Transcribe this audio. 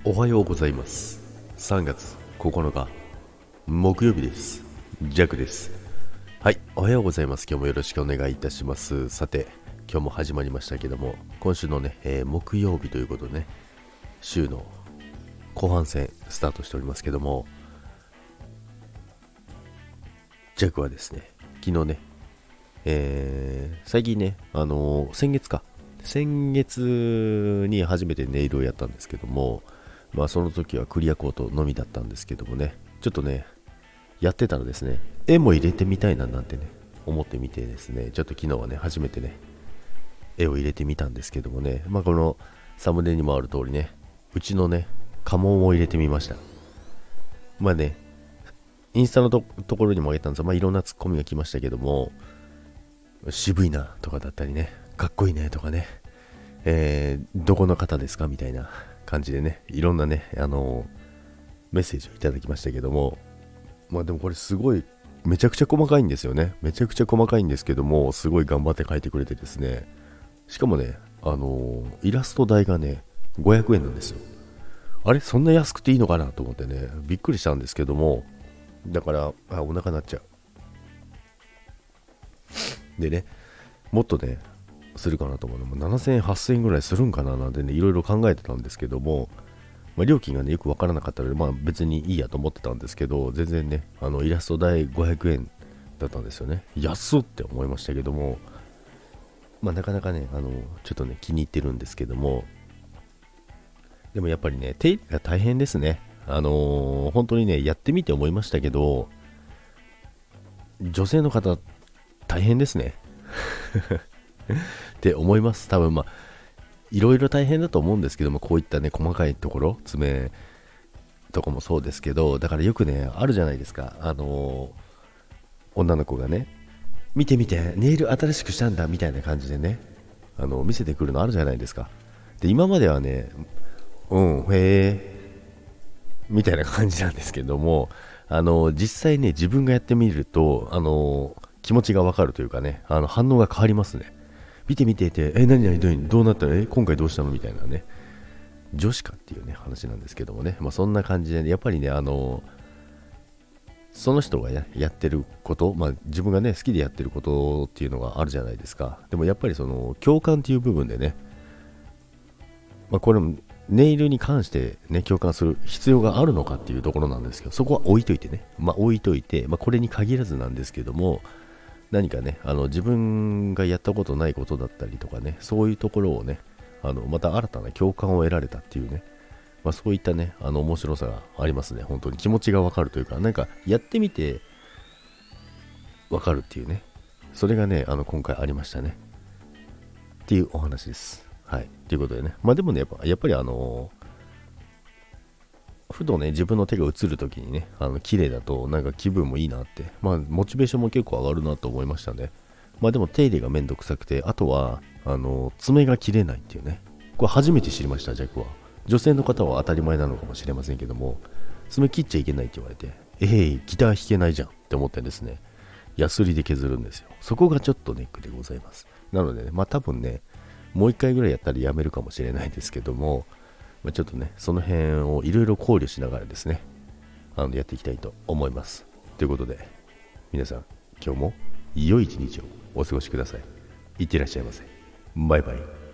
おはようございます。3月9日木曜日です。ジャックです。はい、おはようございます。今日もよろしくお願いいたします。さて、今日も始まりましたけども、今週のね、木曜日ということでね、週の後半戦スタートしておりますけども、ジャックはですね、昨日ね、最近ね、先月に初めてネイルをやったんですけども、その時はクリアコートのみだったんですけどもね、ちょっとね、やってたらですね、絵も入れてみたいななんてね、思ってみてですね、ちょっと昨日はね、初めてね、絵を入れてみたんですけどもね、このサムネにもある通りね、うちのね、家紋を入れてみました。インスタのところにも上げたんですが、いろんなツッコミが来ましたけども、渋いなとかだったりね、かっこいいねとかね、どこの方ですかみたいな感じでね、いろんなね、メッセージをいただきましたけども、でもこれすごい、めちゃくちゃ細かいんですよね。めちゃくちゃ細かいんですけども、すごい頑張って描いてくれてですね、しかもね、イラスト代がね、500円なんですよ。あれそんな安くていいのかなと思ってね、びっくりしたんですけども、だから、お腹鳴っちゃう。でね、もっとね、するかなと思うのも7000円、8000円ぐらいするんかななんてね、いろいろ考えてたんですけども、料金がね、よくわからなかったので、別にいいやと思ってたんですけど、全然ね、イラスト代500円だったんですよね。安っって思いましたけども、なかなかね、ちょっとね、気に入ってるんですけども、でもやっぱりね、手入れが大変ですね。本当にね、やってみて思いましたけど、女性の方、大変ですね。って思います。多分いろいろ大変だと思うんですけども、こういったね、細かいところ、爪とかもそうですけど、だからよくね、あるじゃないですか。女の子がね、見て見て、ネイル新しくしたんだ、みたいな感じでね、見せてくるのあるじゃないですか。で、今まではね、へえ、みたいな感じなんですけども、実際ね、自分がやってみると、気持ちがわかるというかね、反応が変わりますね。見て見ていて、何々どうなったの、今回どうしたのみたいなね、女子かっていうね、話なんですけどもね、そんな感じで、ね、やっぱりね、その人がやってること、自分がね、好きでやってることっていうのがあるじゃないですか。でもやっぱりその、共感っていう部分でね、これも、ネイルに関してね、共感する必要があるのかっていうところなんですけど、そこは置いといてね、置いといて、これに限らずなんですけども、何かね、自分がやったことないことだったりとかね、そういうところをね、また新たな共感を得られたっていうね、そういったね、面白さがありますね。本当に気持ちがわかるというか、なんかやってみてわかるっていうね、それがね、今回ありましたね。っていうお話です。はい。ということでね、でもね、やっぱりふとね、自分の手が映るときにね、綺麗だとなんか気分もいいなって、モチベーションも結構上がるなと思いましたね。でも手入れがめんどくさくて、あとは、爪が切れないっていうね、これ初めて知りました、ジャックは。女性の方は当たり前なのかもしれませんけども、爪切っちゃいけないって言われて、ギター弾けないじゃんって思ってですね、ヤスリで削るんですよ。そこがちょっとネックでございます。なのでね、多分ね、もう一回ぐらいやったらやめるかもしれないですけども、ちょっとね、その辺をいろいろ考慮しながらですね、やっていきたいと思います。ということで、皆さん、今日も良い一日をお過ごしください。いってらっしゃいませ。バイバイ。